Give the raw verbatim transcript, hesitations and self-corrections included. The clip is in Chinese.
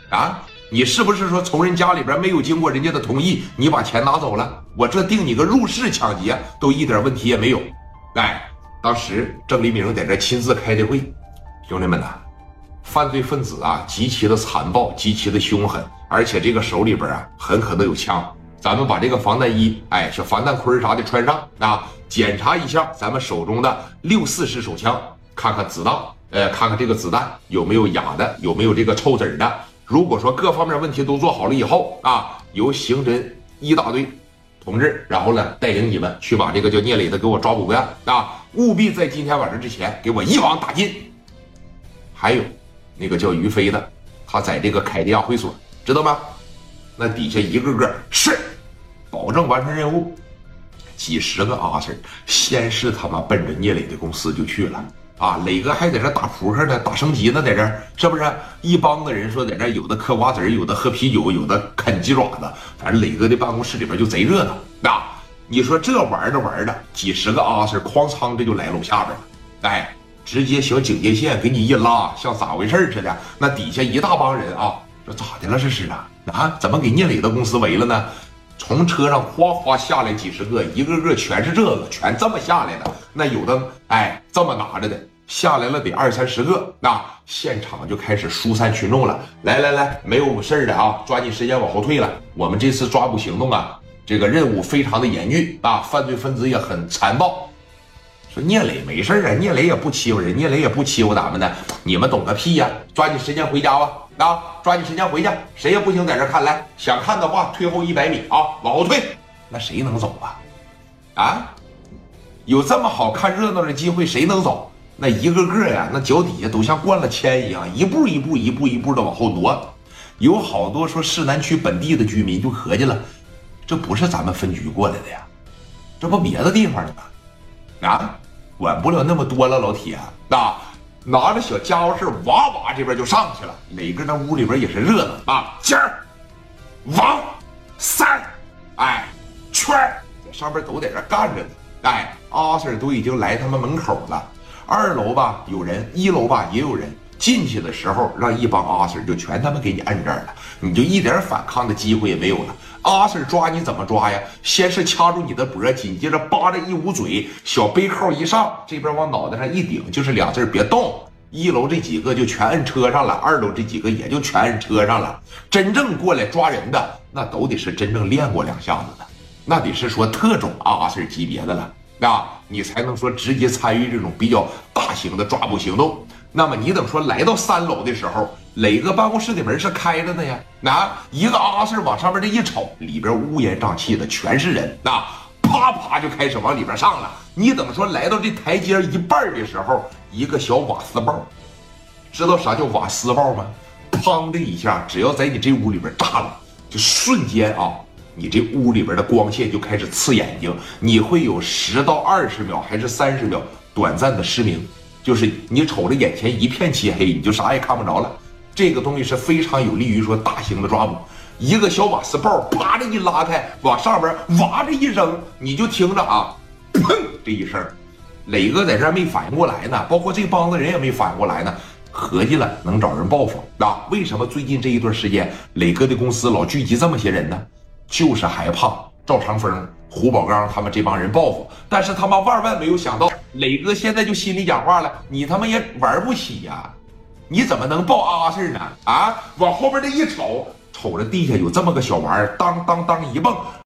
啊？你是不是说从人家里边没有经过人家的同意，你把钱拿走了？我这定你个入室抢劫都一点问题也没有。哎，当时郑黎明在这亲自开的会，兄弟们呐，犯罪分子啊极其的残暴，极其的凶狠，而且这个手里边啊很可能有枪。咱们把这个防弹衣，哎，小防弹盔啥的穿上啊，检查一下咱们手中的六四式手枪，看看子弹，呃，看看这个子弹有没有哑的，有没有这个臭籽的。如果说各方面问题都做好了以后啊，由刑侦一大队同志，然后呢带领你们去把这个叫聂磊的给我抓捕归案啊，务必在今天晚上之前给我一网打尽。还有那个叫于飞的，他在这个凯迪亚会所，知道吗？那底下一个个是保证完成任务，几十个阿 Sir 先是他妈奔着聂磊的公司就去了啊！磊哥还在这打扑克呢，打升级呢，在这儿是不是？一帮子人说在这儿有的嗑瓜子，有的喝啤酒，有的啃鸡爪子，反正磊哥的办公室里边就贼热闹啊！你说这玩着玩着，几十个阿 Sir 哐仓这就来楼下边了，哎，直接小警戒线给你一拉，像咋回事似的？那底下一大帮人啊，说咋的了这是啊？啊，怎么给聂磊的公司围了呢？从车上哗哗下来几十个，一个个全是这个，全这么下来的。那有的哎这么拿着的，下来了得二三十个。那现场就开始疏散群众了。来来来，没有事的啊，抓紧时间往后退了。我们这次抓捕行动啊，这个任务非常的严峻啊，犯罪分子也很残暴。说聂磊没事啊，聂磊也不欺负人，聂磊也不欺负咱们的，你们懂个屁呀！抓紧时间回家吧。啊，抓紧时间回去，谁也不行在这看来。想看的话，退后一百米啊，往后退。那谁能走啊？啊，有这么好看热闹的机会，谁能走？那一个个呀，那脚底下都像灌了铅一样，一步一步、一步一步的往后挪。有好多说市南区本地的居民就合计了，这不是咱们分局过来的呀，这不别的地方的吗？啊，管不了那么多了，老铁啊！拿着小家伙事哇哇这边就上去了。磊哥那屋里边也是热闹啊，尖儿王三哎圈儿在上边都在这干着呢。哎，阿 Sir 都已经来他们门口了。二楼吧有人，一楼吧也有人。进去的时候让一帮阿 Sir 就全他妈给你摁这儿了，你就一点反抗的机会也没有了。阿 Sir 抓你怎么抓呀？先是掐住你的脖，紧接着扒着一捂嘴，小背扣一上，这边往脑袋上一顶，就是俩字别动。一楼这几个就全摁车上了，二楼这几个也就全摁车上了。真正过来抓人的，那都得是真正练过两下子的，那得是说特种阿 Sir 级别的了啊，你才能说直接参与这种比较大型的抓捕行动。那么你等说来到三楼的时候，磊哥办公室的门是开着的呀，那一个阿 Sir 往上面这一瞅，里边乌烟瘴气的全是人，那啪啪就开始往里边上了。你等说来到这台阶一半的时候，一个小瓦斯爆，知道啥叫瓦斯爆吗？砰的一下，只要在你这屋里边炸了，就瞬间啊，你这屋里边的光线就开始刺眼睛，你会有十到二十秒还是三十秒短暂的失明。就是你瞅着眼前一片漆黑，你就啥也看不着了。这个东西是非常有利于说大型的抓捕。一个小瓦斯爆啪着一拉开，往上边哇着一扔，你就听着啊，砰这一声。磊哥在这儿没反应过来呢，包括这帮子人也没反应过来呢，合计了能找人报复啊。为什么最近这一段时间磊哥的公司老聚集这么些人呢？就是害怕赵长风、胡宝刚他们这帮人报复。但是他妈万万没有想到，磊哥现在就心里讲话了，你他妈也玩不起呀，你怎么能报阿 Sir 呢？啊，往后边这一瞅，瞅着地下有这么个小玩意儿，当当当一蹦，